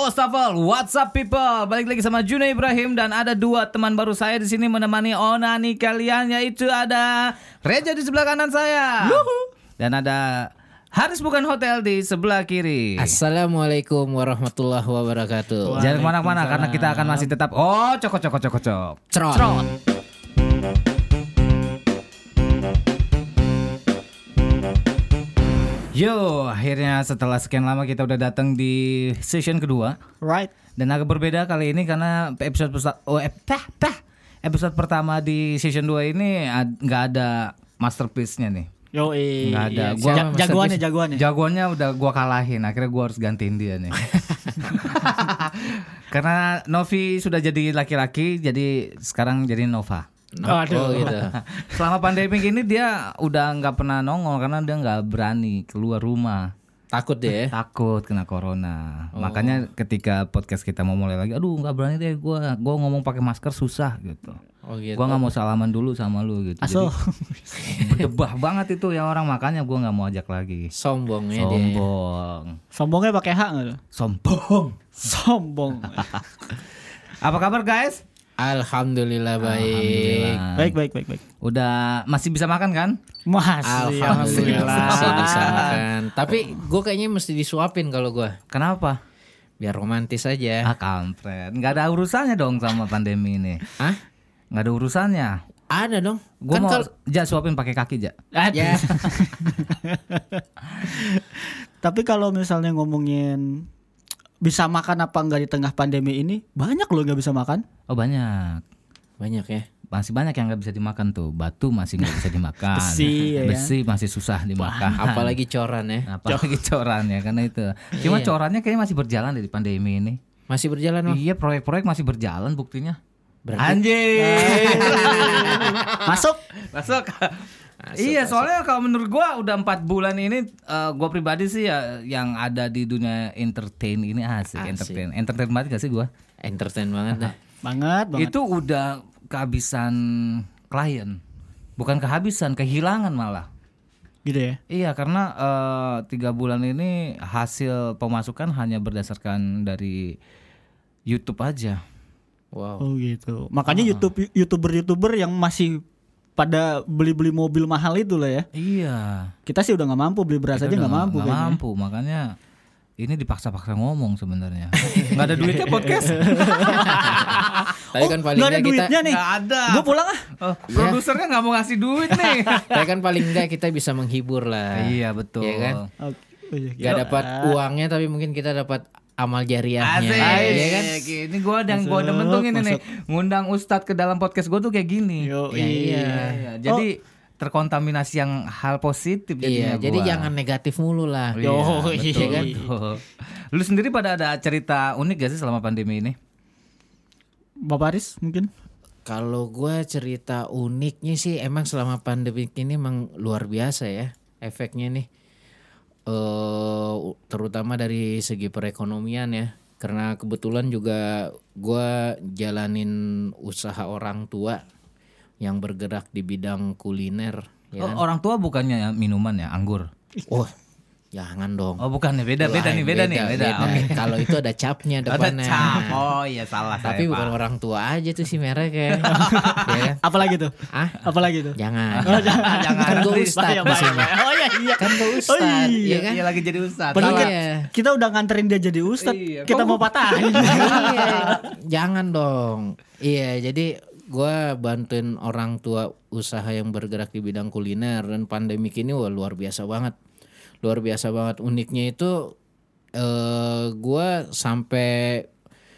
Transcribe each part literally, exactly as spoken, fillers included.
Wastafel, what's up people? Balik lagi sama Juna Ibrahim dan ada dua teman baru saya di sini menemani onani kalian, yaitu ada Reja di sebelah kanan saya. Yuhu. Dan ada Haris Bukan Hotel di sebelah kiri. Assalamualaikum warahmatullahi wabarakatuh. Jangan kemana-mana karena kita akan masih tetap oh cokok cokok cokok cokok. Cerot. Cerot. Yo, akhirnya setelah sekian lama kita udah datang di session kedua. Right. Dan agak berbeda kali ini karena episode persa- oh, eh, tah, tah. episode pertama di season dua ini ad- gak ada masterpiece-nya nih. Yo, eh, Gak ada. iya. Gua Ja- jagoannya, jagoannya. Jagoannya udah gua kalahin. Akhirnya gua harus gantiin dia nih. Karena Novi sudah jadi laki-laki, jadi sekarang jadi Nova. No, Aduh. oh gitu. Selama pandemi ini dia udah nggak pernah nongol karena dia nggak berani keluar rumah. Takut deh. Takut kena corona. Oh. Makanya ketika podcast kita mau mulai lagi, aduh nggak berani deh gue. Gue ngomong pakai masker susah gitu. Oh gitu. Gue nggak mau salaman dulu sama lu gitu. Aso. Jadi berdebah banget itu ya orang, makanya gue nggak mau ajak lagi. Sombongnya dia. Sombong. Sombongnya pakai hak nggak? tuh? Sombong. Sombong. Apa kabar guys? Alhamdulillah baik. Alhamdulillah. baik, baik, baik, baik. Udah masih bisa makan kan? Masih, Alhamdulillah masih alhamdulillah. bisa makan. Tapi gue kayaknya mesti disuapin kalau gue. Kenapa? Biar romantis aja. Ah kampret. Nggak ada urusannya dong sama pandemi ini. Hah? Nggak ada urusannya. Ada dong. Gue Kan mau kal- ja suapin pakai kaki ja. ya. Tapi kalau misalnya ngomongin bisa makan apa enggak di tengah pandemi ini, banyak loh nggak bisa makan. Oh banyak. Banyak ya. Masih banyak yang nggak bisa dimakan tuh. Batu masih nggak bisa dimakan. Besi, ya kan? Besi masih susah dimakan. Apalagi coran ya. Apalagi coran ya karena itu. Cuma Iya. corannya kayaknya masih berjalan dari pandemi ini. Masih berjalan Bang. Iya, proyek-proyek masih berjalan buktinya. Berarti- Anjing. Masuk. Masuk. Masuk, Iya, masuk. soalnya kalau menurut gua udah empat bulan ini uh, gua pribadi sih ya yang ada di dunia entertain ini asik, Asik. entertain. Entertain banget gak sih gua? Entertain banget dah. Banget, banget. Itu udah kehabisan klien. Bukan kehabisan, kehilangan malah. Gitu ya. Iya, karena uh, tiga bulan ini hasil pemasukan hanya berdasarkan dari YouTube aja. Wow. Oh gitu. Makanya YouTube YouTuber-YouTuber yang masih pada beli-beli mobil mahal itu lah ya. Iya. Kita sih udah nggak mampu beli beras Kita aja udah nggak mampu. nggak kayaknya. mampu, makanya ini dipaksa-paksa ngomong sebenarnya. Nggak ada duitnya podcast. Tapi kan paling nggak ada nggak kita duitnya nih. Nggak ada. Gue pulang ah. Oh, produsernya nggak mau ngasih duit nih. Tapi kan paling enggak kita bisa menghibur lah. Iya betul. Iya kan? Oke. Oh, iya, Gak gitu. dapat uangnya tapi mungkin kita dapat amal jariahnya. Asik. Iya kan? Ini gue yang gue demen tuh ini nih, ngundang Ustadz ke dalam podcast gue tuh kayak gini. Yo, Iya, iya. Iya, jadi terkontaminasi yang hal positif jadinya. Iya, jadi gua. jangan negatif mulu lah. Iya, Yo, betul, iya kan? betul. Lu sendiri pada ada cerita unik gak sih selama pandemi ini? Bapak Aris mungkin. Kalau gua cerita uniknya sih emang selama pandemi ini emang luar biasa ya efeknya nih. Eh terutama dari segi perekonomian ya. Karena kebetulan juga gua jalanin usaha orang tua yang bergerak di bidang kuliner ya Oh, kan? orang tua bukannya minuman ya, anggur. Oh, jangan dong. Oh, bukan ya, beda beda nih, beda, nih, beda. Oke. Kalau itu ada capnya Ada depannya. cap. Oh iya salah Tapi saya, bukan Pak. orang tua aja tuh si merek ya. Ya kan? Apalagi tuh? Ah, Apalagi tuh? jangan. Oh, jangan, jangan. Kan gue Nanti. ustad Bahaya, di bahaya, sini. bahaya. Oh iya iya. Kan gue Oh, ustad, iya. iya kan? Iya lagi jadi ustadz. Padahal Iya. kita, kita udah nganterin dia jadi ustad. Iya. Kita Kok- mau patahin. Iya, jangan dong. Iya, jadi gue bantuin orang tua usaha yang bergerak di bidang kuliner dan pandemi ini wah luar biasa banget. Luar biasa banget. Uniknya itu eh gue sampai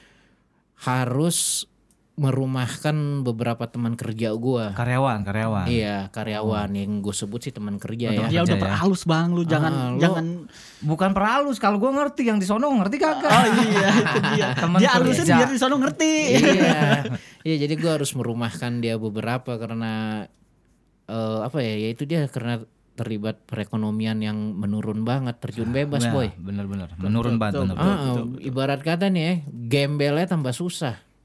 harus merumahkan beberapa teman kerja gue. Karyawan, karyawan. Iya, karyawan yang gue sebut sih teman kerja ya. Ya Kerja udah ya. perhalus bang lu jangan Ah, lu- jangan. Bukan perhalus, kalau gue ngerti yang di sono ngerti kagak. Oh iya itu dia. Temen Dia halusin kerja. biar di sono ngerti. Iya, iya jadi gue harus merumahkan dia beberapa karena eh, apa ya? Ya itu dia karena terlibat perekonomian yang menurun banget, terjun bebas Nah, boy. Bener-bener, menurun banget. betul, bener-bener. Ah, ibarat kata nih ya, gembelnya tambah susah.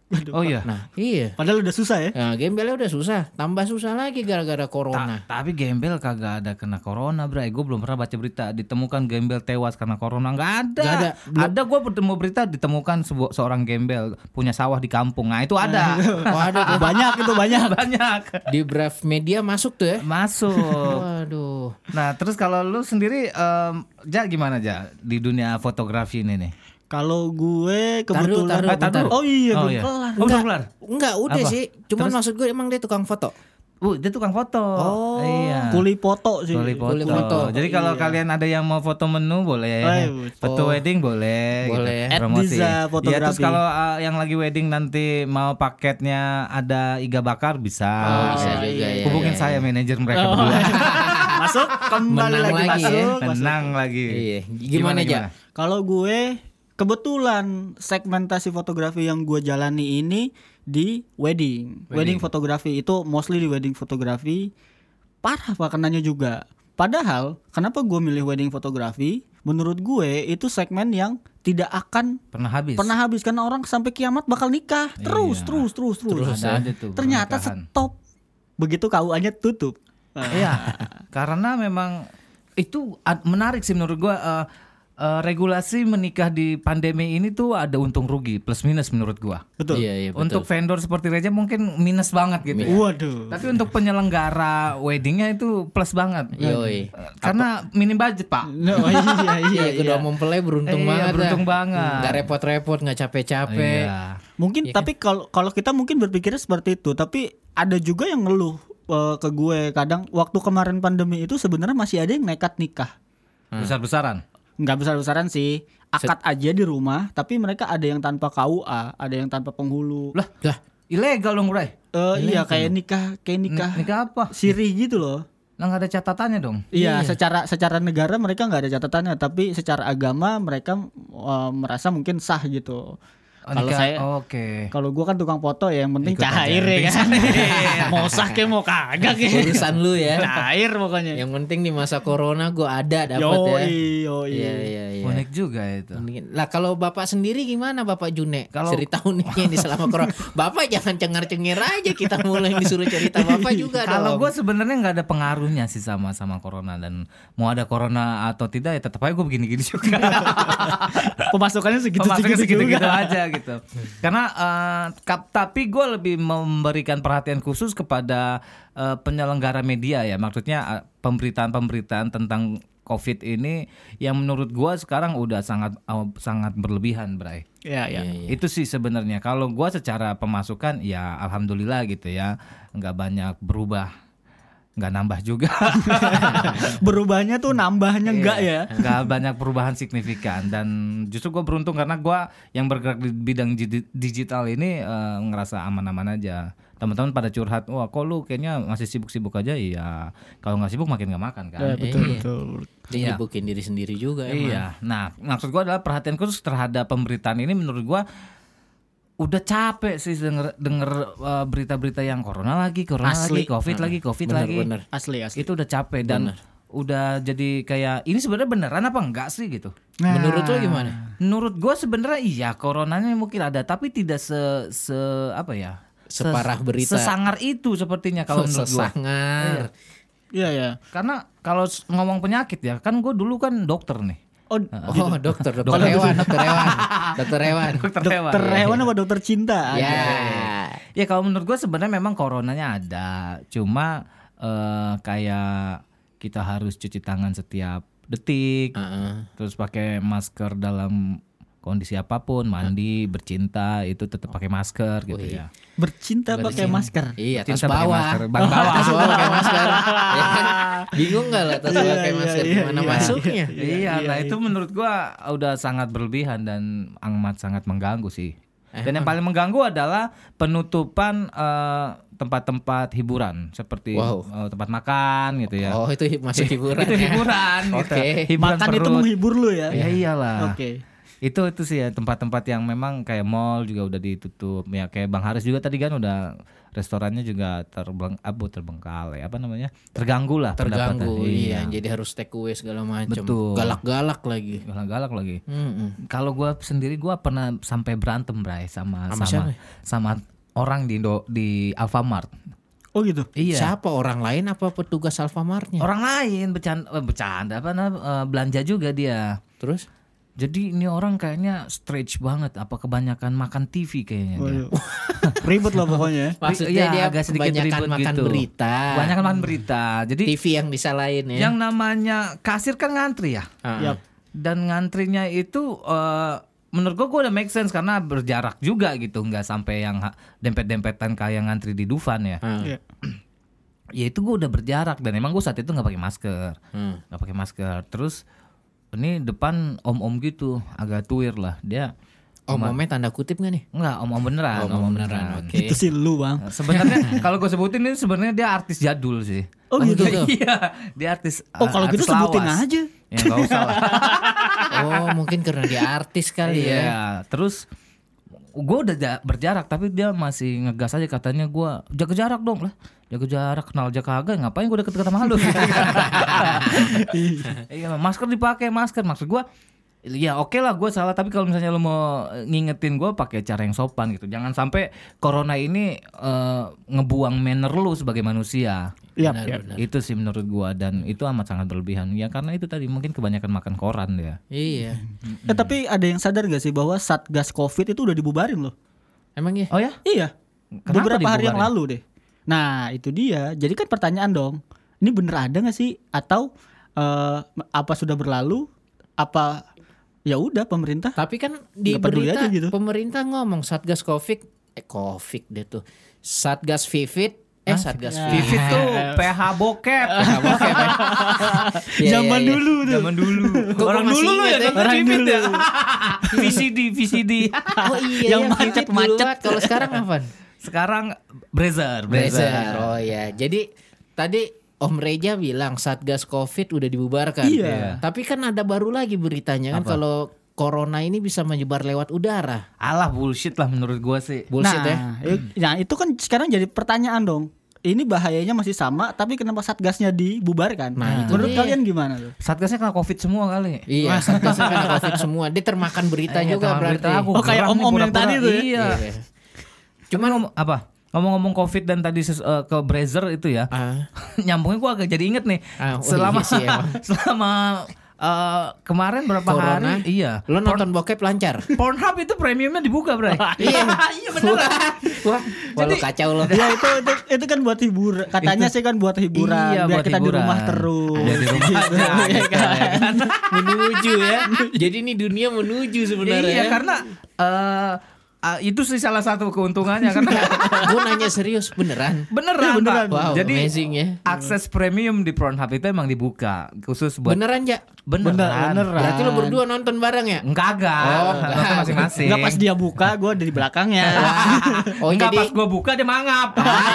Oh iya. Nah, iya. Padahal udah susah ya. Nah, gembelnya udah susah, tambah susah lagi gara-gara Ta- corona. tapi gembel kagak ada kena corona, bray. Gue belum pernah baca berita ditemukan gembel tewas karena corona. Nggak ada. Nggak ada. Ada gue bertemu berita ditemukan sebu- seorang gembel punya sawah di kampung. Nah itu ada. Oh, ada tuh. Banyak itu banyak. Banyak. Di Brave Media masuk tuh ya. Masuk. Waduh. Nah terus kalau lu sendiri, em, Ja gimana Ja di dunia fotografi ini nih? Kalau gue Taruh, kebetulan taruh, Eh, tar dulu. Oh iya, Oh, belum iya. kelar. Oh, belum kelar. Enggak, udah Apa? sih. Cuman Terus? maksud gue emang dia tukang foto. Uh, dia tukang foto. Oh. Iya. Kuli foto sih. Kuli foto. Kuli foto. Jadi kalau kalian ada yang mau foto menu boleh, Ayo, foto oh. wedding boleh, Boleh. gitu. At Promosi. Diza Ya Fotografi. terus kalau uh, yang lagi wedding nanti mau paketnya ada iga bakar bisa. Oh, bisa juga ya. Hubungin ya, saya ya. manajer mereka Oh. berdua. Masuk kembali Menang lagi, lagi masuk. ya. masuk. Menang lagi. Iya. Gimana aja? Kalau gue kebetulan segmentasi fotografi yang gue jalani ini di wedding. Wedding, Wedding. fotografi itu mostly di wedding fotografi. Parah pak kenanya juga. Padahal kenapa gue milih wedding fotografi? Menurut gue itu segmen yang tidak akan Pernah habis. pernah habis karena orang sampai kiamat bakal nikah terus Iya. terus terus terus. Terus, Ada aja tuh. Ternyata pernikahan. stop begitu K U A-nya tutup. Iya, karena memang itu ad- menarik sih menurut gua. eh, eh, regulasi menikah di pandemi ini tuh ada untung rugi plus minus menurut gua. Betul. Iya, iya betul. Untuk vendor seperti Reja mungkin minus banget gitu. Waduh. Tapi untuk penyelenggara weddingnya itu plus banget. Yoi. Eh, Karena minim budget pak. No, iya iya Iya, iya. kedua mempelai beruntung Iya, banget. beruntung dah. banget. Nggak repot-repot, nggak capek-capek. Iya. Mungkin tapi kalau kalau kita mungkin berpikirnya seperti itu, tapi ada juga yang ngeluh eh, ke gue kadang waktu kemarin pandemi itu sebenarnya masih ada yang nekat nikah. Besar-besaran. Nggak besar-besaran sih, akad aja di rumah, tapi mereka ada yang tanpa K U A, ada yang tanpa penghulu. Lah, Lah, ilegal dong, Bray. Eh, iya kayak nikah, kayak nikah Nikah apa? siri gitu loh. Lah nggak ada catatannya dong. Iya, secara secara negara mereka nggak ada catatannya, tapi secara agama mereka eh, merasa mungkin sah gitu. Oh, Kalau nikah- saya, oke. kalau gua kan tukang foto ya, yang penting Ikut aja, cair ya yang kan. penting Mau sah kayak mau kagak ya. urusan lu ya. Cair pokoknya. Yang penting di masa corona gue ada dapat ya. Yoi, yoi. Iya, iya, iya. Unik juga itu. Lah kalau bapak sendiri gimana Bapak June? Kalau- Cerita uniknya ini selama corona. Bapak jangan cengar-cengir aja kita mulai disuruh cerita Bapak juga Kalau dong. gue sebenarnya nggak ada pengaruhnya sih sama sama corona, dan mau ada corona atau tidak ya tetap aja gue begini-gini juga. Pemasukannya segitu Pemasukannya segitu segitu-gitu juga. aja gitu. Karena eh, kap- tapi gue lebih memberikan perhatian khusus kepada eh, penyelenggara media ya, maksudnya eh, pemberitaan-pemberitaan tentang COVID ini yang menurut gue sekarang udah sangat eh, sangat berlebihan, Bray. Iya, iya. Itu sih sebenarnya. Kalau gua secara pemasukan ya alhamdulillah gitu ya, nggak banyak berubah, nggak nambah juga. Berubahnya tuh nambahnya enggak ya? Nggak banyak perubahan signifikan, dan justru gue beruntung karena gua yang bergerak di bidang di- digital ini eh, ngerasa aman-aman aja. Teman-teman pada curhat, wah kok lu kayaknya masih sibuk-sibuk aja. Iya, kalau nggak sibuk makin nggak makan kan. Ya, betul Iya. betul. Dia Iya. nyibukin diri sendiri juga emang. Iya. Nah, maksud gua adalah perhatian khusus terhadap pemberitaan ini menurut gua udah capek sih denger denger uh, berita-berita yang corona lagi, corona Asli. lagi, covid lagi, covid Bener, lagi. bener. Asli asli. Itu udah capek dan udah jadi kayak ini sebenarnya beneran apa enggak sih gitu. Menurut lo gimana? Menurut gua sebenarnya iya coronanya mungkin ada, tapi tidak se se apa ya? se- Separah berita. Sesangar itu sepertinya kalau menurut gua. Sesangar. Iya ya. Karena kalau s- ngomong penyakit ya, kan gue dulu kan dokter nih. Oh, Oh, dokter, dokter hewan, dokter hewan, dokter hewan. Dokter hewan. dokter hewan apa dokter cinta? Ya. Ya kalau menurut gue sebenarnya memang coronanya ada, cuma eh, kayak kita harus cuci tangan setiap detik, Heeh. terus pakai masker dalam kondisi apapun, mandi, bercinta itu tetap pakai masker gitu ya. Bercinta pakai masker. Iya, tas Cinta pakai bawah. masker, bang bawah. Tas bawah pakai masker. Ya kan? Bingung enggak lah tas bawah pakai Iya, masker iya, gimana iya. masuknya? Iya, nah itu menurut gua udah sangat berlebihan dan amat sangat mengganggu sih. Dan yang paling mengganggu adalah penutupan eh, tempat-tempat hiburan seperti Wow. eh, tempat makan gitu ya. Oh, itu hi- masuk hiburan. Itu ya? hiburan gitu. Oke. Hiburan Makan itu perut. menghibur lu ya? Ya iyalah. Oke. itu itu sih ya tempat-tempat yang memang kayak mall juga udah ditutup ya, kayak Bang Haris juga tadi kan udah restorannya juga terbeng abu terbengkalai apa namanya terganggu lah Terganggu pendapatan. iya. Jadi harus take away segala macam. Betul. Galak-galak lagi. galak-galak lagi. Mm-mm. Kalau gua sendiri gua pernah sampai berantem Bray sama Sama sama siapa? sama orang di Indo, di Alfamart. Oh gitu. Iya. Siapa orang lain apa petugas Alfamartnya? Orang lain bercanda, eh, bercanda apa nah, eh, belanja juga dia. Terus? Jadi ini orang kayaknya stretch banget, apa kebanyakan makan T V kayaknya dia. Waduh. Ribet lah pokoknya. Maksudnya Iya, dia agak sedikit kebanyakan ribet makan gitu. berita. Kebanyakan makan berita. Jadi T V yang disalahin ya. yang namanya kasir kan ngantri ya. Ah. Yap. Dan ngantrinya itu eh, menurut gua, gua udah make sense karena berjarak juga gitu, nggak sampai yang ha- dempet-dempetan kayak ngantri di Dufan ya. Ah. Iya. Ya itu gua udah berjarak dan emang gua saat itu nggak pakai masker, Hmm. nggak pakai masker. Terus ini depan om-om gitu, agak tuir lah dia. Om-omnya tanda kutip gak nih? Enggak, om-om beneran, Om-om om-om beneran, beneran. oke. Itu sih lu bang. Sebenarnya kalau gue sebutin ini sebenarnya dia artis jadul sih. Oh gitu. Iya, dia artis. Oh kalau artis gitu sebutin lawas. aja. Ya nggak usah lah. Oh mungkin karena dia artis kali ya. Iya, terus gue udah ja- berjarak tapi dia masih ngegas aja katanya gue jaga jarak dong lah. Jaga jarak, kenal aja kagak, ngapain gue deket-deket sama lu. Iya, masker dipakai, masker maksud gue. Ya oke lah gue salah, tapi kalau misalnya lu mau ngingetin gue pakai cara yang sopan gitu. Jangan sampai corona ini eh, ngebuang manner lu sebagai manusia. Iya. Benar, Iya. benar. Itu sih menurut gue, dan itu amat sangat berlebihan. Ya karena itu tadi mungkin kebanyakan makan koran dia. Iya. Eh, tapi ada yang sadar gak sih bahwa Satgas Covid itu udah dibubarin loh? Emang ya? Oh ya? Iya. Kenapa Beberapa hari yang dibubarin? lalu deh. Nah itu dia. Jadi kan pertanyaan dong. Ini bener ada gak sih? Atau eh, apa sudah berlalu? Apa ya udah pemerintah? Tapi kan di Nggak peduli berita aja gitu. pemerintah ngomong Satgas Covid, eh Covid deh tuh. Satgas Vivit, eh Satgas Vivit. Vivit tuh P H bokep. Iya, Zaman iya, iya. dulu tuh. Zaman dulu. Gua Orang masih dulu lu ya ingat ya. nonton Orang Vivit dulu. ya. V C D, V C D. Oh iya Yang ya, Vivit macet-macet. dulu banget. Kalau sekarang apa? Sekarang Brazzer, Blazer. Brazzer. Oh ya. Jadi tadi Om Reja bilang Satgas Covid udah dibubarkan. Iya. Tapi kan ada baru lagi beritanya kan Apa? kalau corona ini bisa menyebar lewat udara. Alah bullshit lah menurut gua sih. Bullshit ya. nah, i- nah itu kan sekarang jadi pertanyaan dong. Ini bahayanya masih sama, tapi kenapa Satgasnya dibubarkan? Nah, itu menurut dia. kalian gimana tuh? Satgasnya kena Covid semua kali. Iya, Satgasnya kena Covid semua. Dia termakan berita Eh, juga termakan berarti. berita. Aku Oh, kayak geram nih om-om yang pura-pura. tadi tuh ya? Iya. Iya. Cuman ngom- apa? Ngomong-ngomong Covid dan tadi ses- eh, ke Brazzer itu ya. Ah. Nyambungnya gua agak jadi inget nih. Ah, oh selama iya sih emang. selama eh, kemarin berapa Corona. hari? Iya. Lo nonton bokep lancar. Pornhub itu premiumnya dibuka, Bray. Iya. Iya beneran. Wah, wah lu Jadi- kacau lo. Ya itu itu itu kan buat hiburan. Katanya sih kan buat hiburan. Iya, biar buat kita di hiburan. rumah terus. Ada di rumah aja, Iya gitu, kan? ya kan? Menuju ya. Jadi ini dunia menuju sebenarnya. Iya, ya. karena eh, ah, itu sih salah satu keuntungannya karena Gue nanya serius beneran. beneran, Iya, beneran. Pak. Wow, Jadi amazing ya. akses premium di Pornhub itu emang dibuka khusus buat Beneran ya? beneran. Bener- beneran. Berarti lo berdua nonton bareng ya? Enggak, enggak. Oh, Nonton enggak. masing-masing. Enggak, pas dia buka, gue ada di belakangnya. Oh Enggak, jadi pas gua buka dia mangap.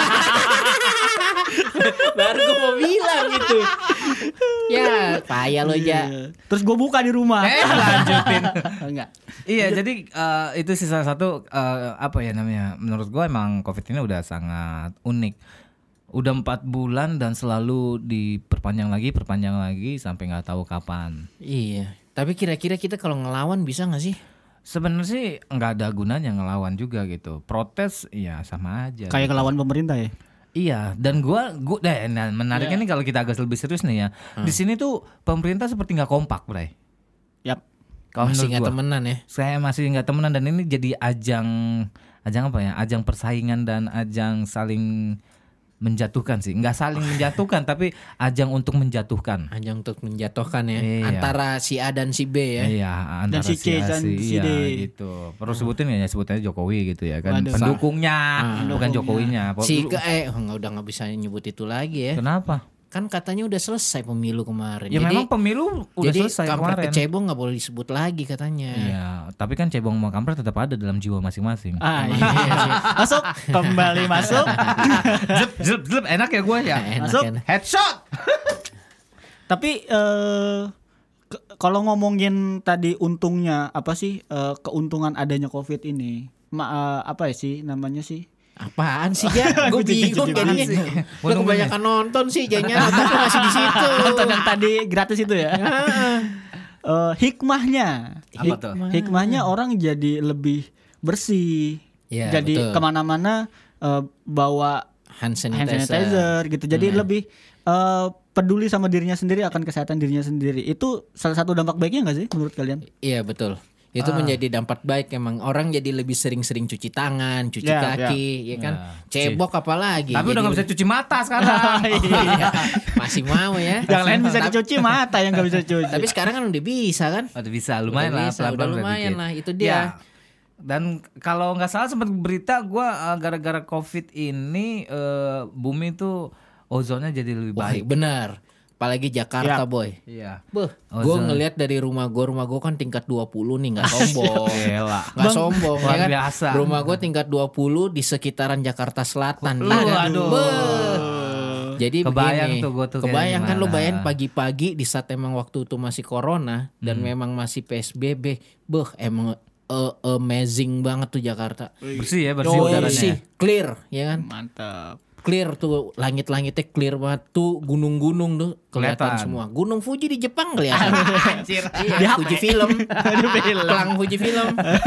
baru gue mau bilang gitu. Ya, payah lo ja. Iya. Terus gue buka di rumah. eh, lanjutin. Enggak. Iya, jadi eh, itu sih salah satu eh, apa ya namanya? Menurut gua emang Covid ini udah sangat unik. Udah empat bulan dan selalu diperpanjang lagi, perpanjang lagi sampai nggak tahu kapan. Iya. Tapi kira-kira kita kalau ngelawan bisa nggak sih? Sebenarnya sih nggak ada gunanya ngelawan juga gitu. Protes ya sama aja. Kayak ngelawan pemerintah ya. Iya, dan gua gua deh nah, menariknya nih kalau kita agak lebih serius nih ya. Di sini tuh pemerintah seperti nggak kompak, Bray. Yap. Kalau Masih menurut nggak gua. temenan ya? Saya masih nggak temenan dan ini jadi ajang ajang apa ya? Ajang persaingan dan ajang saling menjatuhkan sih. Nggak saling menjatuhkan tapi ajang untuk menjatuhkan. Ajang untuk menjatuhkan ya Iya. antara si A dan si B ya. Iya, antara si C A, dan si iya, D. gitu. Perlu sebutin ya, sebutannya Jokowi gitu ya kan. Waduh. Pendukungnya, bukan pendukungnya. Jokowinya. Si ke eh nggak udah nggak bisa nyebut itu lagi ya. Kenapa? Kan katanya udah selesai pemilu kemarin. Ya jadi memang pemilu udah jadi selesai kampret kemarin. kecebong nggak boleh disebut lagi katanya. Iya, tapi kan cebong sama kampret tetap ada dalam jiwa masing-masing. Ah, iya sih. Masuk, kembali masuk. Zlep, zlep, zlep, enak ya gue ya. Enak, Masuk. enak. Headshot. Tapi eh ke- kalau ngomongin tadi untungnya apa sih eh, keuntungan adanya Covid ini? Ma, eh, apa ya sih namanya sih? Apaan sih ya? Gue bingung juga jadinya. sih. Lu kebanyakan nonton sih jadinya otak lu masih di situ. Nonton yang tadi gratis itu ya. Eh, hikmahnya, Apa tuh? hikmahnya orang jadi lebih bersih. Iya, jadi betul. kemana-mana eh, bawa Hand hand sanitizer. sanitizer gitu. Jadi lebih eh, peduli sama dirinya sendiri akan kesehatan dirinya sendiri. Itu salah satu dampak baiknya nggak sih menurut kalian? Iya betul. Itu menjadi dampak baik emang orang jadi lebih sering-sering cuci tangan, cuci Ya, kaki, ya, kan. Cebok apalagi. Tapi udah Jadi nggak bisa cuci mata sekarang. Iya, masih mau ya. Yang lain bisa Tapi- dicuci, mata yang nggak bisa cuci. Tapi sekarang kan udah bisa kan? Udah bisa, lumayan Udah lah, bisa, pelan-pelan udah lumayan dikit. lah, itu dia. Ya. Dan kalau nggak salah sempat berita gue gara-gara Covid ini eh, bumi tuh ozonnya jadi lebih Wah, baik. benar. Apalagi Jakarta, Ya. boy. Iya. Beuh, Ozon. gue ngelihat dari rumah gue, rumah gue kan tingkat dua puluh nih, nggak sombong. Gila. Nggak sombong luar ya kan. biasa. Rumah gue tingkat dua puluh di sekitaran Jakarta Selatan. Lu, Iya kan? aduh. Beuh. Jadi Kebayang begini, tuh gua tuh kayak kebayang kan lu gimana. bayangin pagi-pagi di saat emang waktu itu masih corona dan Hmm. memang masih P S B B. Beuh, emang uh, amazing banget tuh Jakarta. Bersih ya, bersih Bersih, udaranya. bersih, clear ya kan. Mantap. Clear tuh, langit-langitnya clear banget tuh, gunung-gunung tuh kelihatan Kelihatan. semua. Gunung Fuji di Jepang kelihatan. Anjir. Iya, Fuji film. Pelang Fuji film.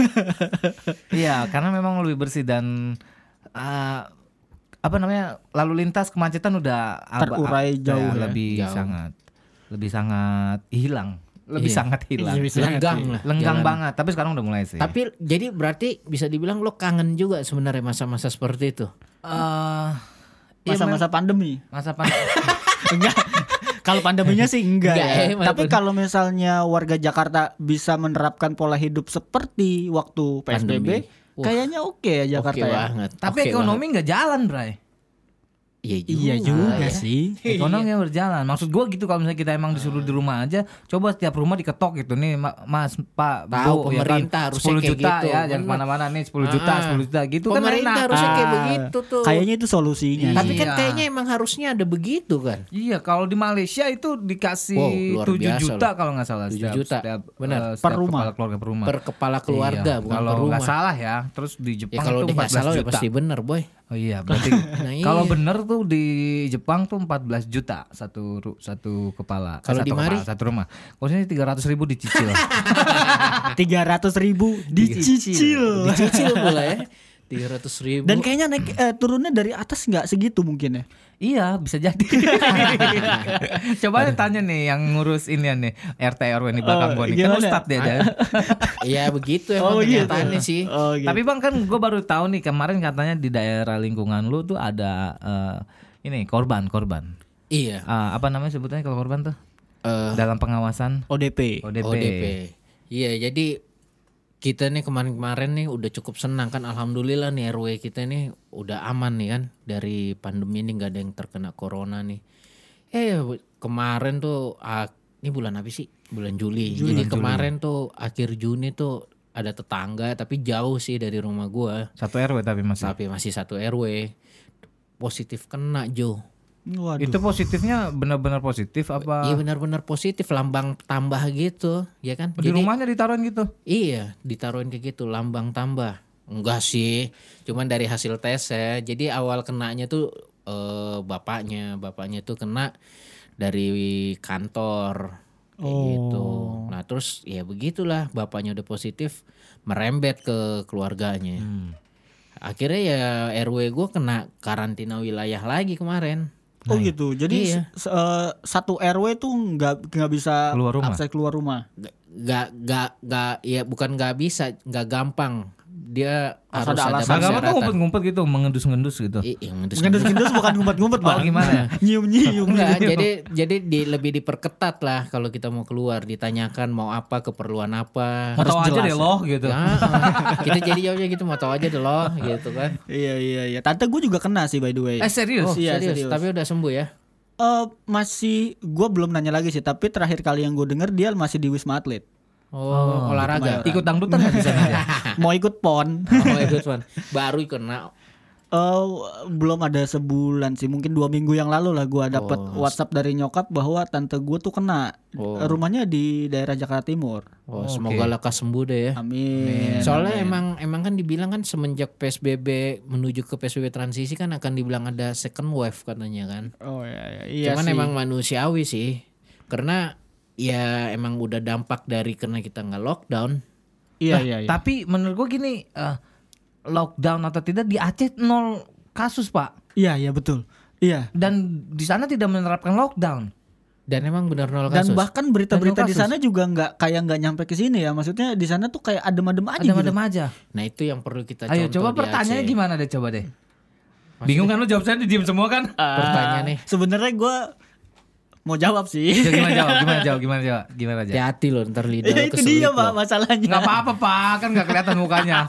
Iya, karena memang lebih bersih dan eh, apa namanya lalu lintas kemacetan udah aba- Terurai ya, jauh ya. lebih Jauh. sangat lebih sangat hilang, lebih Iya. sangat hilang, Lenggang lah. lenggang jalan. banget. Tapi sekarang udah mulai sih. Tapi jadi berarti bisa dibilang lo kangen juga sebenarnya masa-masa seperti itu. Eh, iya, Masa-masa pandemi. mem- masa pandemi. Enggak. Kalau pandeminya sih enggak, Enggak, ya. eh, malah Tapi pandemi. kalau misalnya warga Jakarta bisa menerapkan pola hidup seperti waktu P S B B, Pandemi. Wah. kayaknya oke ya Jakarta Oke ya. banget. Tapi Oke ekonomi nggak jalan, Bray. banget. Iya juga. Iya juga ya. sih. Ekonomi yang berjalan. Maksud gua gitu kalau misalnya kita emang disuruh di rumah aja, coba setiap rumah diketok gitu nih, Ma- Mas, Pak, Tahu, Bu, ya kan, pemerintah harusnya sepuluh kayak juta gitu. ya, jangan Bener. kemana-mana nih sepuluh juta, Ah. sepuluh juta gitu Pemerintah kan enak. harusnya kayak Ah. begitu tuh. Kayaknya itu solusinya. Tapi kan Iya. kayaknya emang harusnya ada begitu kan. Iya, kalau di Malaysia itu dikasih Wow, luar tujuh biasa juta loh. kalau nggak salah. tujuh setiap- juta. setiap, Benar. eh, Per setiap rumah. kepala keluarga per rumah. Per kepala keluarga, Iya, bukan kalau per rumah. nggak salah ya. Terus di Ya Jepang kalau tuh dia empat nggak belas salah udah juta. pasti bener boy. Oh iya, berarti Nah, iya. kalau bener tuh di Jepang tuh empat belas juta satu ru- satu kepala. Eh, Kalau satu di Mari? kepala, satu rumah. Kalau sini tiga ratus ribu dicicil. tiga ratus ribu dicicil. Dicicil pula ya. tiga ratus ribu. Dan kayaknya naik eh, turunnya dari atas nggak segitu mungkin ya. Iya, bisa jadi. Coba tanya nih yang ngurus ini nih R T R W di belakang Oh, gua nih. Kan gimana? Ustadz dia ada. Iya begitu emang Oh, gitu. kenyataannya sih. Oh, gitu. Tapi Bang kan gue baru tahu nih kemarin katanya di daerah lingkungan lu tuh ada eh, ini korban korban. Iya. Ah, apa namanya sebutannya kalau korban tuh? Eh, Dalam pengawasan O D P. O D P. O D P. Iya, jadi kita nih kemarin-kemarin nih udah cukup senang kan, alhamdulillah nih R W kita nih udah aman nih kan dari pandemi ini, nggak ada yang terkena corona nih. Eh kemarin tuh ah, ini bulan apa sih? Bulan Juli. Jadi kemarin tuh akhir Juni tuh ada tetangga tapi jauh sih dari rumah gua, Satu R W tapi masih. tapi masih satu R W positif kena Jo. Waduh. Itu positifnya benar-benar positif apa? Iya benar-benar positif, lambang tambah gitu, ya kan? Di rumahnya ditaruhin gitu. Iya, ditaruhin kayak gitu, lambang tambah. Enggak sih, cuman dari hasil tes ya. Jadi awal kenanya tuh eh, bapaknya, bapaknya tuh kena dari kantor kayak gitu. Nah terus ya begitulah, bapaknya udah positif, merembet ke keluarganya. Akhirnya ya R W gue kena karantina wilayah lagi kemarin. Oh gitu. Jadi Iya. s- eh, satu R W tuh nggak nggak bisa Keluar rumah? akses keluar rumah. Gak, gak, gak, ya bukan gak bisa, gak gampang. Dia Harus harus ada ada, alasan. Nah, kamu tuh persyaratan. ngumpet-ngumpet gitu, mengendus-ngendus gitu. I- yang ngedus- Ngendus-ngendus bukan ngumpet-ngumpet, Oh, Bang. gimana? Nyium-nyium. Enggak, jadi jadi di, lebih diperketat lah kalau kita mau keluar, ditanyakan mau apa, keperluan apa. Mau tahu aja jelas deh ya. loh gitu. Ya, kita jadi jawabnya gitu, mau tahu aja deh loh gitu kan. Iya iya iya. Tante gue juga kena sih by the way. Eh serius? Oh, Iya, serius, serius. tapi udah sembuh ya. Eh, masih gue belum nanya lagi sih, tapi terakhir kali yang gue denger dia masih di Wisma Atlet. Oh, olahraga. Ikut dangdutan nggak di sana dia? Mau ikut pon. Oh, ikut Wan. Baru kena. Oh, belum ada sebulan sih, mungkin dua minggu yang lalu lah gue dapet Oh. WhatsApp dari nyokap bahwa tante gue tuh kena. Oh. Rumahnya di daerah Jakarta Timur. Oh, Oke. semoga lekas sembuh deh ya. Amin. Soalnya Amin. emang emang kan dibilang kan semenjak P S B B menuju ke P S B B transisi kan akan dibilang ada second wave katanya kan. Oh ya, ya. Iya Cuman sih. emang manusiawi sih. Karena ya emang udah dampak dari karena kita nggak lockdown. Iya Nah, iya iya. Tapi menurut gue gini, eh, lockdown atau tidak di Aceh nol kasus pak, Iya iya betul. Iya. dan di sana tidak menerapkan lockdown. Dan emang benar nol Dan kasus. bahkan berita-berita Dan di kasus. sana juga nggak kayak nggak nyampe ke sini ya. Maksudnya di sana tuh kayak adem-adem aja Adem-adem gitu. aja. Nah itu yang perlu kita Ayo contoh coba di pertanyaannya Aceh. gimana deh, coba deh. Bingung kan lu jawab saya diem semua kan? Pertanyaannya. Sebenarnya gue mau jawab sih. Ya, gimana jawab? Gimana jawab? Gimana jawab? Gimana aja? Hati-hati loh ntar lidah Ya, lo itu kesulit dia loh. pak masalahnya. Nggak apa-apa pak, kan nggak kelihatan mukanya.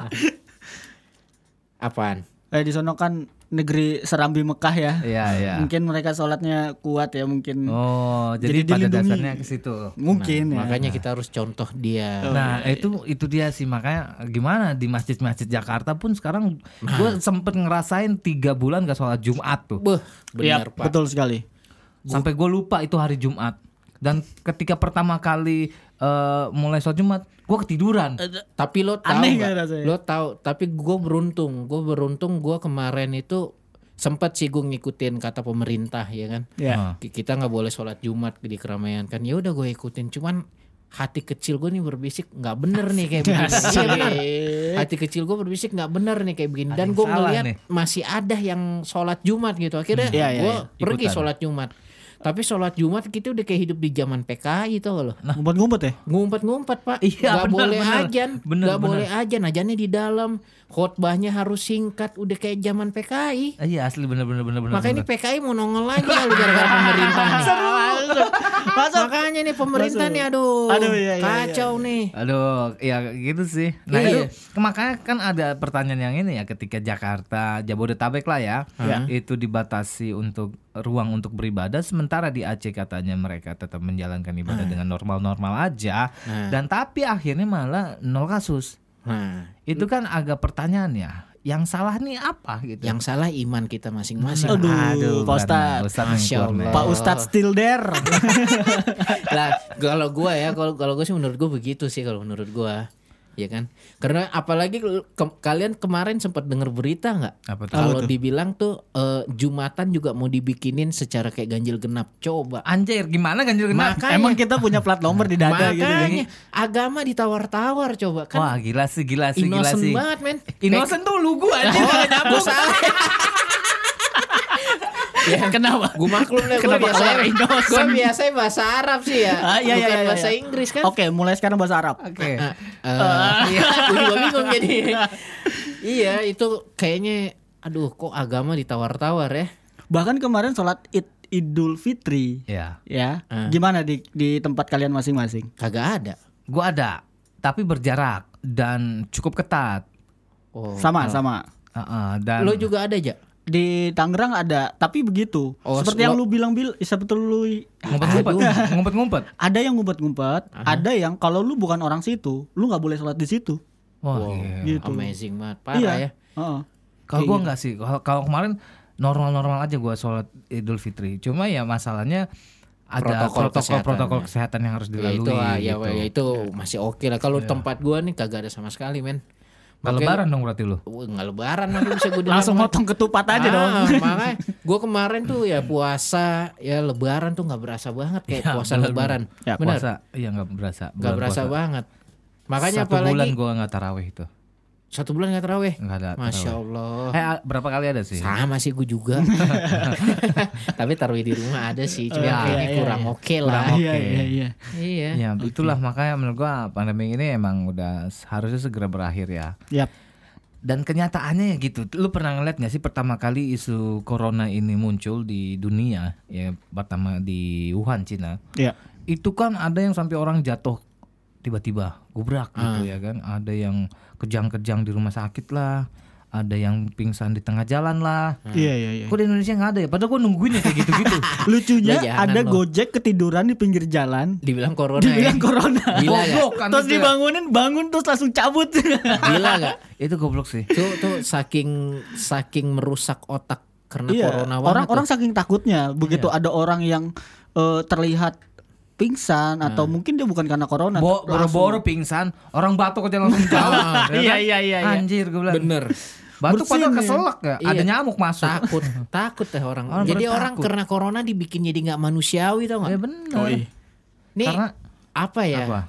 Apaan? Eh di sono kan negeri Serambi Mekah ya. Iya iya. Mungkin mereka sholatnya kuat ya mungkin. Oh, jadi, Jadi pada dilindungi. dasarnya ke situ. Mungkin ya. Makanya kita harus contoh dia. Nah itu itu dia sih, makanya gimana di masjid-masjid Jakarta pun sekarang gue sempet ngerasain tiga bulan gak sholat Jumat tuh, Beuh, Iya, benar Pak. betul sekali. sampai gue lupa itu hari Jumat. Dan ketika pertama kali eh, mulai sholat Jumat, gue ketiduran. Tapi lo tahu Aneh nggak? nggak rasanya? Lo tahu, tapi gue beruntung. Gue beruntung gue kemarin itu sempat sih gue ngikutin kata pemerintah ya kan. Ya. Ki- Kita nggak boleh sholat Jumat di keramaian kan. Ya udah gue ikutin. Cuman hati kecil gue nih berbisik nggak bener nih kayak begini. Iya bener. Hati kecil gue berbisik nggak bener nih kayak begini. Ada Dan yang gue salah ngeliat nih. masih ada yang sholat Jumat gitu. Akhirnya Iya, iya, gue iya. pergi Ikutan. sholat Jumat. Tapi sholat Jumat kita udah kayak hidup di zaman P K I tau gak lo. Ngumpet-ngumpet ya? Ngumpet-ngumpet pak, Iya, nggak bener, boleh bener. ajan, Bener, nggak bener. boleh ajan, ajannya di dalam, khotbahnya harus singkat, udah kayak zaman P K I. Ah, iya asli bener bener bener bener. Makanya ini bener. P K I mau nongol lagi kali gara-gara pemerintah nih. Masa? Makanya nih pemerintah Masuk. nih aduh, Aduh, iya, iya, kacau nih. Aduh, ya gitu sih. Nah Iya. itu makanya kan ada pertanyaan yang ini ya, ketika Jakarta, Jabodetabek lah ya, Ya. itu dibatasi untuk ruang untuk beribadah, sementara di Aceh katanya mereka tetap menjalankan ibadah dengan normal-normal aja, Nah. dan tapi akhirnya malah nol kasus. Nah, Itu kan agak pertanyaan ya, yang salah nih apa gitu? yang salah iman kita masing-masing. Aduh, Pak Ustadz. Ustadz Masya Allah. Pak Ustadz still there. Lah kalau gua ya, kalau kalau gua sih menurut gua begitu sih kalau menurut gua. Ya kan? Karena apalagi ke- kalian kemarin sempat dengar berita nggak? Apa tuh? Kalau Apa tuh? dibilang tuh eh, Jumatan juga mau dibikinin secara kayak ganjil genap. Coba. Anjir, gimana ganjil genap? Makanya, Emang kita punya plat nomor di dada gitu. makanya agama ditawar-tawar coba kan. Wah gila sih, gila sih, gila Innocent sih. banget men. Innocent tuh lu gua aja. Oh, gue salah. Ya, Kenapa? gue maklum deh. Gue Kenapa biasanya, keluar innocent? gue biasanya bahasa Arab sih ya. Ah, iya, Bukan iya, iya, bahasa iya. Inggris kan. Oke, mulai sekarang bahasa Arab. Oke. Ah, eh, iya, gue juga bingung jadi. Iya, itu kayaknya, aduh, kok agama ditawar-tawar ya? Bahkan kemarin sholat Id Idul Fitri. Ya, Ya. Ah. Gimana di di tempat kalian masing-masing? Kagak ada. gua ada, tapi berjarak dan cukup ketat. Oh. Sama, sama. Uh-uh, dan Lo juga ada aja. Di Tangerang ada, tapi begitu. Oh, Seperti yang lo- lu bilang bil, seperti lu ngumpet-ngumpet, ngumpet-ngumpet. ada yang ngumpet-ngumpet, ada yang kalau lu bukan orang situ, lu nggak boleh sholat di situ. Wah, Wow, iya. Gitu. amazing banget, parah Iya. ya. Heeh. Kalau gua enggak sih. Kalau kalau kemarin normal-normal aja gua sholat Idul Fitri. Cuma ya masalahnya ada Protokol protokol-protokol kesehatan. kesehatan yang harus Ya dilalui. itu, ah, ya, gitu. ya itu masih oke lah. Kalau tempat gua nih kagak ada sama sekali, men. Nggak Makanya- lebaran dong berarti lu. Wah, nggak lebaran nanti bisa gue Langsung motong ketupat aja dong. Makanya gue kemarin tuh ya puasa ya lebaran tuh nggak berasa banget kayak Ya, puasa bener, lebaran. Ya, Bener, Puasa, iya nggak berasa. nggak Bulan berasa puasa. banget. Makanya Satu apalagi bulan gua nggak taraweh itu. satu bulan nggak terawih. Nggak ada. Masya taraweh. Allah. Eh, a- berapa kali ada sih? Sama sih gue juga. Tapi tarawih di rumah ada sih, cuma Iya, kayaknya iya, kurang iya. oke lah. Kurang Iya, oke. iya, iya. Iya. Ya, itulah makanya menurut gua pandemi ini emang udah harusnya segera berakhir ya. Yap. Dan kenyataannya ya gitu. Lu pernah ngeliat gak sih pertama kali isu corona ini muncul di dunia, ya pertama di Wuhan, Cina. Iya. Itu kan ada yang sampai orang jatuh tiba-tiba gubrak gitu Ah. ya kan. Ada yang kejang-kejang di rumah sakit lah. ada yang pingsan di tengah jalan lah. Iya iya iya. Kok di Indonesia nggak ada ya? Padahal gue nungguin ya kayak gitu-gitu. Lucunya Lah, jangan ada lo. Gojek ketiduran di pinggir jalan. Dibilang corona Dibilang ya. corona. Gila gak? Goblok kan Terus itu ya. dibangunin, bangun terus langsung cabut. Gila gak? Itu goblok sih. Tuh tuh saking saking merusak otak karena Iya. corona banget. Orang-orang tuh. saking takutnya begitu Iya. ada orang yang eh, terlihat pingsan atau mungkin dia bukan karena corona. Bo- langsung- boro-boro pingsan, orang batuk aja langsung jauh. Iya, iya, iya, iya. Anjir gue bilang. Bener. Batuk Bersin padahal ya. keselak ya. Iya. Ada nyamuk masuk. Takut, takut deh orang. Orang Jadi pada orang takut. karena corona dibikin jadi nggak manusiawi tau nggak? Ya bener. Oh, iya. Nih Karena- apa ya? Apa?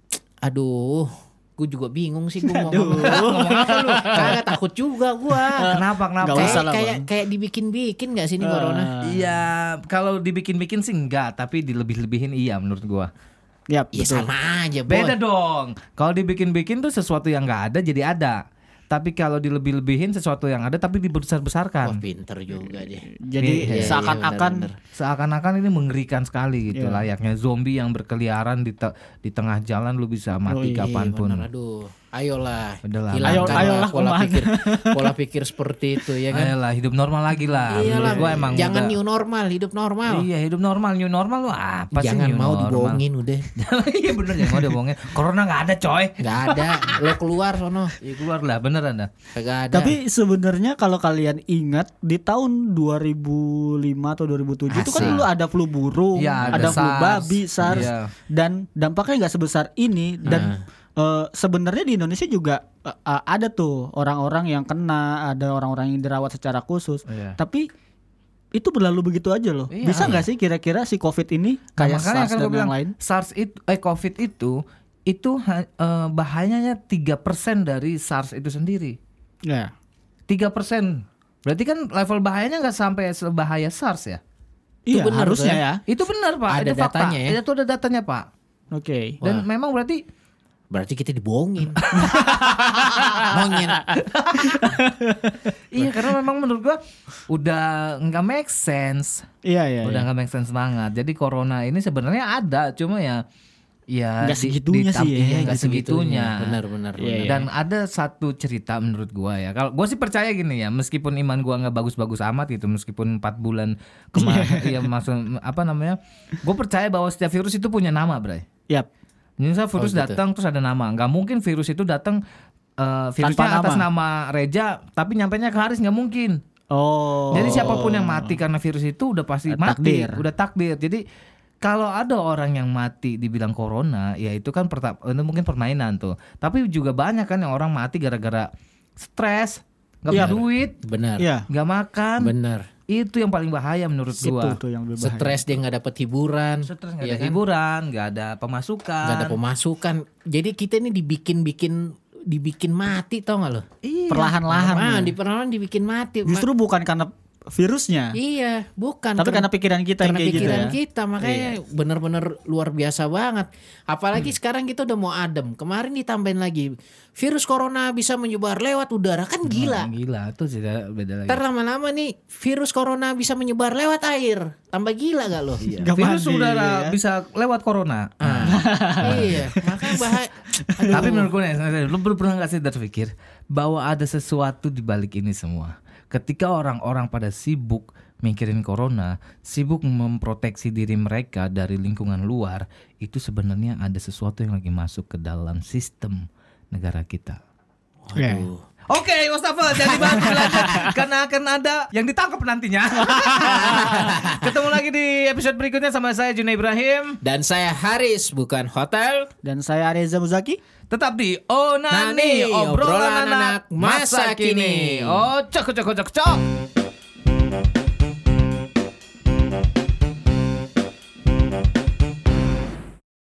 Aduh, gue juga bingung sih gue mau Aduh. ngomong, ngomong apa lu? Kagak takut juga gue. Kenapa kenapa? Nggak Kayak usah lah, kayak Bang. kayak dibikin-bikin nggak sih ini corona? Iya, kalau dibikin-bikin sih enggak, tapi dilebih-lebihin iya menurut gua. Yap, Ya betul. sama aja, boy. Beda dong. Kalau dibikin-bikin tuh sesuatu yang enggak ada jadi ada. Tapi kalau dilebih-lebihin sesuatu yang ada tapi Wah dibesar-besarkan. pinter juga deh. Jadi Iya, iya, seakan-akan benar-benar. Seakan-akan ini mengerikan sekali gitu, Iya. layaknya zombie yang berkeliaran di te- di tengah jalan lu bisa mati Oh, iya, kapanpun. Bener, aduh, ayolah, Udahlah. hilangkan Ayo- lah ayolah, pola kemana? pikir, pola pikir seperti itu ya kan. Ayolah, hidup normal lagi lah. Iyalah, Menurut gua emang jangan udah- new normal, hidup normal. Iya, hidup normal, new normal lu apa sih Jangan new mau normal? dibohongin udah, Iya bener, jangan mau dibohongin. Corona nggak ada coy. nggak ada. Lo keluar sono, Ya keluar lah, bener anda. kagak ada. Tapi sebenarnya kalau kalian ingat di tahun dua ribu lima atau dua ribu tujuh itu kan Asik. dulu ada flu burung, Iya, ada, ada flu SARS. babi, SARS, Iya. dan dampaknya nggak sebesar ini. Dan eh, sebenarnya di Indonesia juga eh, eh, ada tuh orang-orang yang kena, ada orang-orang yang dirawat secara khusus. Iya. Tapi itu berlalu begitu aja loh. Iya. Bisa nggak sih kira-kira si COVID ini kayak Nah, makanya SARS kan dan gua bilang, yang lain? SARS itu eh COVID itu itu ha- eh, bahayanya tiga persen dari SARS itu sendiri. Ya. tiga persen. Berarti kan level bahayanya nggak sampai sebahaya SARS ya? Iya, benar, harusnya tuh ya. Itu benar Pak, Ada itu fakta. datanya ya? Itu ada datanya Pak. Oke. Dan memang berarti berarti kita dibohongin. Monyet. iya karena memang menurut gua udah nggak make sense. Iya, iya. udah iya. nggak make sense banget. Jadi corona ini sebenarnya ada, cuma ya ya Nggak di- segitunya ditam- sih ya, iya, nggak nggak segitunya. Benar-benar. Iya, iya. Dan ada satu cerita menurut gua ya. Kalau gua sih percaya gini ya, meskipun iman gua nggak bagus-bagus amat gitu, meskipun empat bulan kemarin ya masuk apa namanya? Gua percaya bahwa setiap virus itu punya nama, Bray. Yap. Misal virus gitu. datang terus ada nama. Nggak mungkin virus itu datang eh, virusnya Tanpa atas nama. nama Reja tapi nyampainya ke Haris, nggak mungkin. Oh. Jadi siapapun yang mati karena virus itu udah pasti Eh, mati, takdir. udah takdir. Jadi kalau ada orang yang mati dibilang corona, ya itu kan perta- itu mungkin permainan tuh. Tapi juga banyak kan yang orang mati gara-gara stres, nggak Iya. punya duit, Benar. Iya. nggak makan. Benar. Itu yang paling bahaya menurut Itu gua. tuh yang lebih bahaya. Stres dia nggak dapat hiburan. Stres nggak Iya ada kan? hiburan, nggak ada pemasukan. Nggak ada pemasukan. Jadi kita ini dibikin-bikin dibikin mati tau nggak lo? Iya. Perlahan-lahan. Ah, di perlahan dibikin mati. Ma- Justru bukan karena virusnya, Iya, bukan. tapi Ker- karena pikiran kita yang karena kayak gitu pikiran ya. kita makanya benar-benar luar biasa banget. Apalagi Hmm. sekarang kita udah mau adem. Kemarin ditambahin lagi virus corona bisa menyebar lewat udara, kan gila. Nah, gila tuh sih beda lagi. Ntar lama-lama nih virus corona bisa menyebar lewat air. Tambah gila gak lo? Nggak Virus mandi, udara ya. bisa lewat corona. Ah, iya, makanya bahaya. Tapi menurut gue nih, lu belum pernah gak sih terpikir bahwa ada sesuatu di balik ini semua? Ketika orang-orang pada sibuk mikirin corona, sibuk memproteksi diri mereka dari lingkungan luar, itu sebenarnya ada sesuatu yang lagi masuk ke dalam sistem negara kita. Waduh. Oke, Mustafa, jadi bahas lanjut karena akan ada yang ditangkap nantinya. Ketemu lagi di episode berikutnya sama saya Junai Ibrahim. Dan saya Haris, bukan hotel. Dan saya Reza Muzaki. Tetap di Onani, Nani, obrolan obrolan anak anak masa masa kini. kini. Oh, cok cok cok cok cok.